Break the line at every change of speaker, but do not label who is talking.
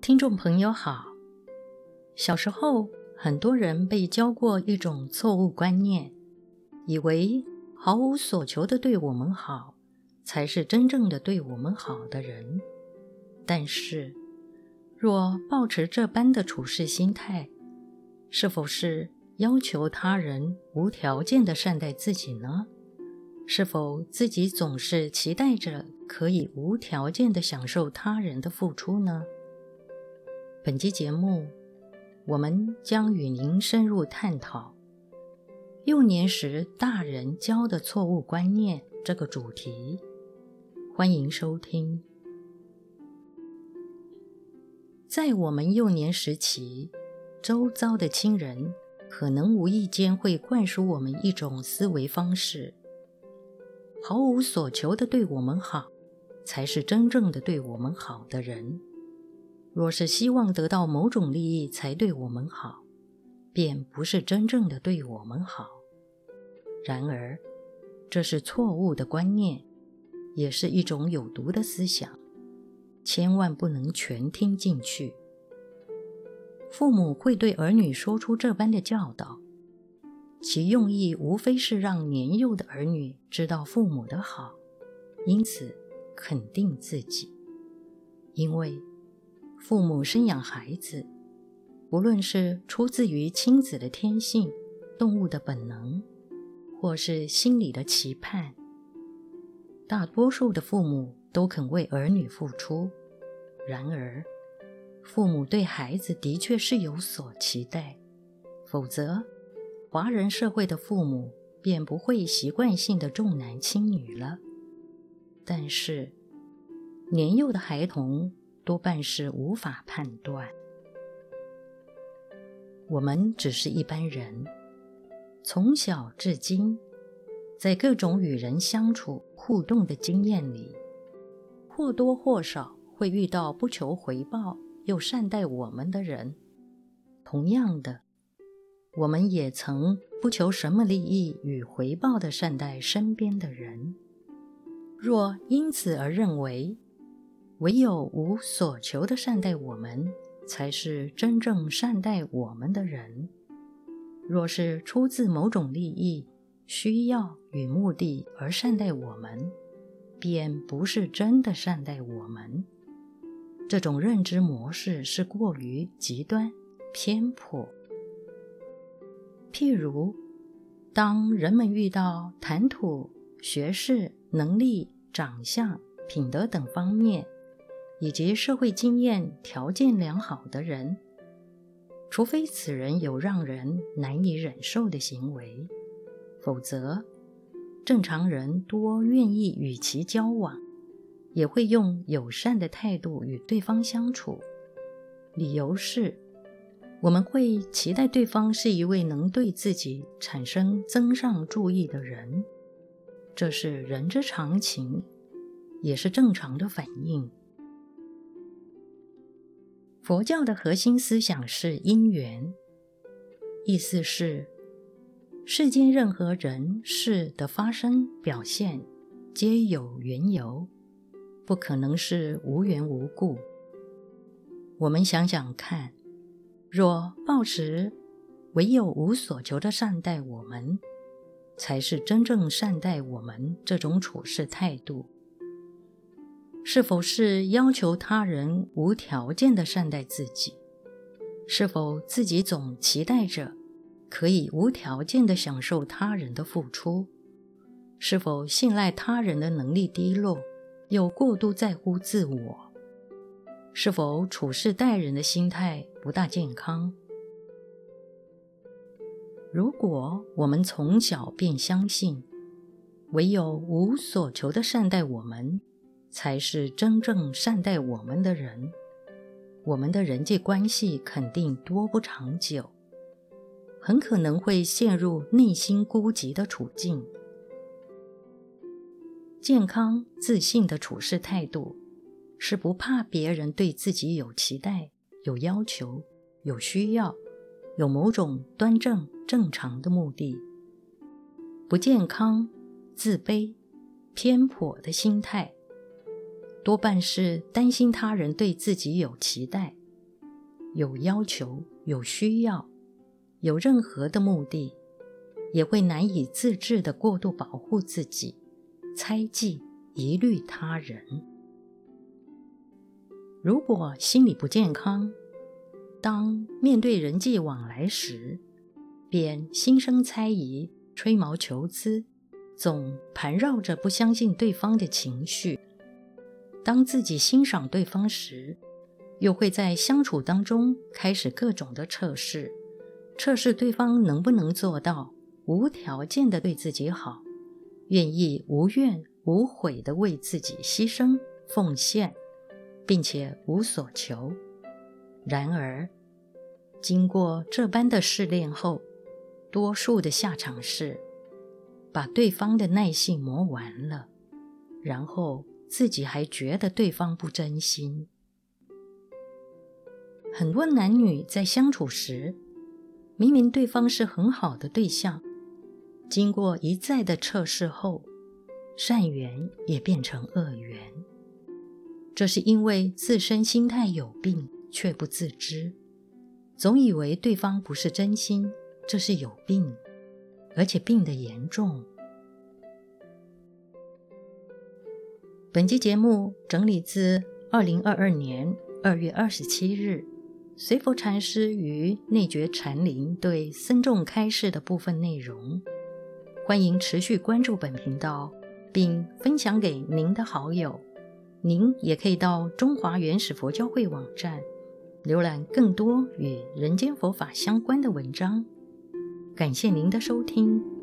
听众朋友好，小时候很多人被教过一种错误观念，以为毫无所求的对我们好，才是真正的对我们好的人。但是，若抱持这般的处事心态，是否是要求他人无条件的善待自己呢？是否自己总是期待着可以无条件的享受他人的付出呢？本期节目，我们将与您深入探讨幼年时大人教的错误观念这个主题。欢迎收听。在我们幼年时期，周遭的亲人可能无意间会灌输我们一种思维方式，毫无所求的对我们好，才是真正的对我们好的人。若是希望得到某种利益才对我们好，便不是真正的对我们好。然而，这是错误的观念，也是一种有毒的思想，千万不能全听进去。父母会对儿女说出这般的教导，其用意无非是让年幼的儿女知道父母的好，因此肯定自己。因为父母生养孩子，无论是出自于亲子的天性、动物的本能，或是心理的期盼，大多数的父母都肯为儿女付出。然而，父母对孩子的确是有所期待，否则华人社会的父母便不会习惯性的重男轻女了。但是，年幼的孩童多半是无法判断。我们只是一般人，从小至今，在各种与人相处互动的经验里，或多或少会遇到不求回报又善待我们的人。同样的，我们也曾不求什么利益与回报地善待身边的人。若因此而认为唯有无所求的善待我们，才是真正善待我们的人。若是出自某种利益、需要与目的而善待我们，便不是真的善待我们。这种认知模式是过于极端、偏颇。譬如，当人们遇到谈吐、学识、能力、长相、品德等方面以及社会经验条件良好的人，除非此人有让人难以忍受的行为，否则正常人多愿意与其交往，也会用友善的态度与对方相处。理由是，我们会期待对方是一位能对自己产生增上注意的人，这是人之常情，也是正常的反应。佛教的核心思想是因缘，意思是世间任何人事的发生表现皆有缘由，不可能是无缘无故。我们想想看，若抱持唯有无所求的善待我们，才是真正善待我们这种处事态度，是否是要求他人无条件的善待自己？是否自己总期待着可以无条件的享受他人的付出？是否信赖他人的能力低落，又过度在乎自我？是否处事待人的心态不大健康？如果我们从小便相信唯有无所求的善待我们，才是真正善待我们的人，我们的人际关系肯定多不长久，很可能会陷入内心孤寂的处境。健康自信的处事态度，是不怕别人对自己有期待、有要求、有需要、有某种端正正常的目的。不健康、自卑、偏颇的心态，多半是担心他人对自己有期待， 有要求、有需要、有任何的目的，也会难以自制地过度保护自己，猜忌、疑虑他人。如果心理不健康，当面对人际往来时，便心生猜疑、吹毛求疵，总盘绕着不相信对方的情绪。当自己欣赏对方时，又会在相处当中开始各种的测试对方能不能做到无条件的对自己好，愿意无怨无悔的为自己牺牲奉献，并且无所求。然而经过这般的试炼后，多数的下场是把对方的耐性磨完了，然后自己还觉得对方不真心。很多男女在相处时，明明对方是很好的对象，经过一再的测试后，善缘也变成恶缘。这是因为自身心态有病，却不自知，总以为对方不是真心，这是有病，而且病得严重。本期节目整理自2022年2月27日随佛禅师于内觉禅林对僧众开示的部分内容。欢迎持续关注本频道，并分享给您的好友。您也可以到中华原始佛教会网站浏览更多与人间佛法相关的文章。感谢您的收听。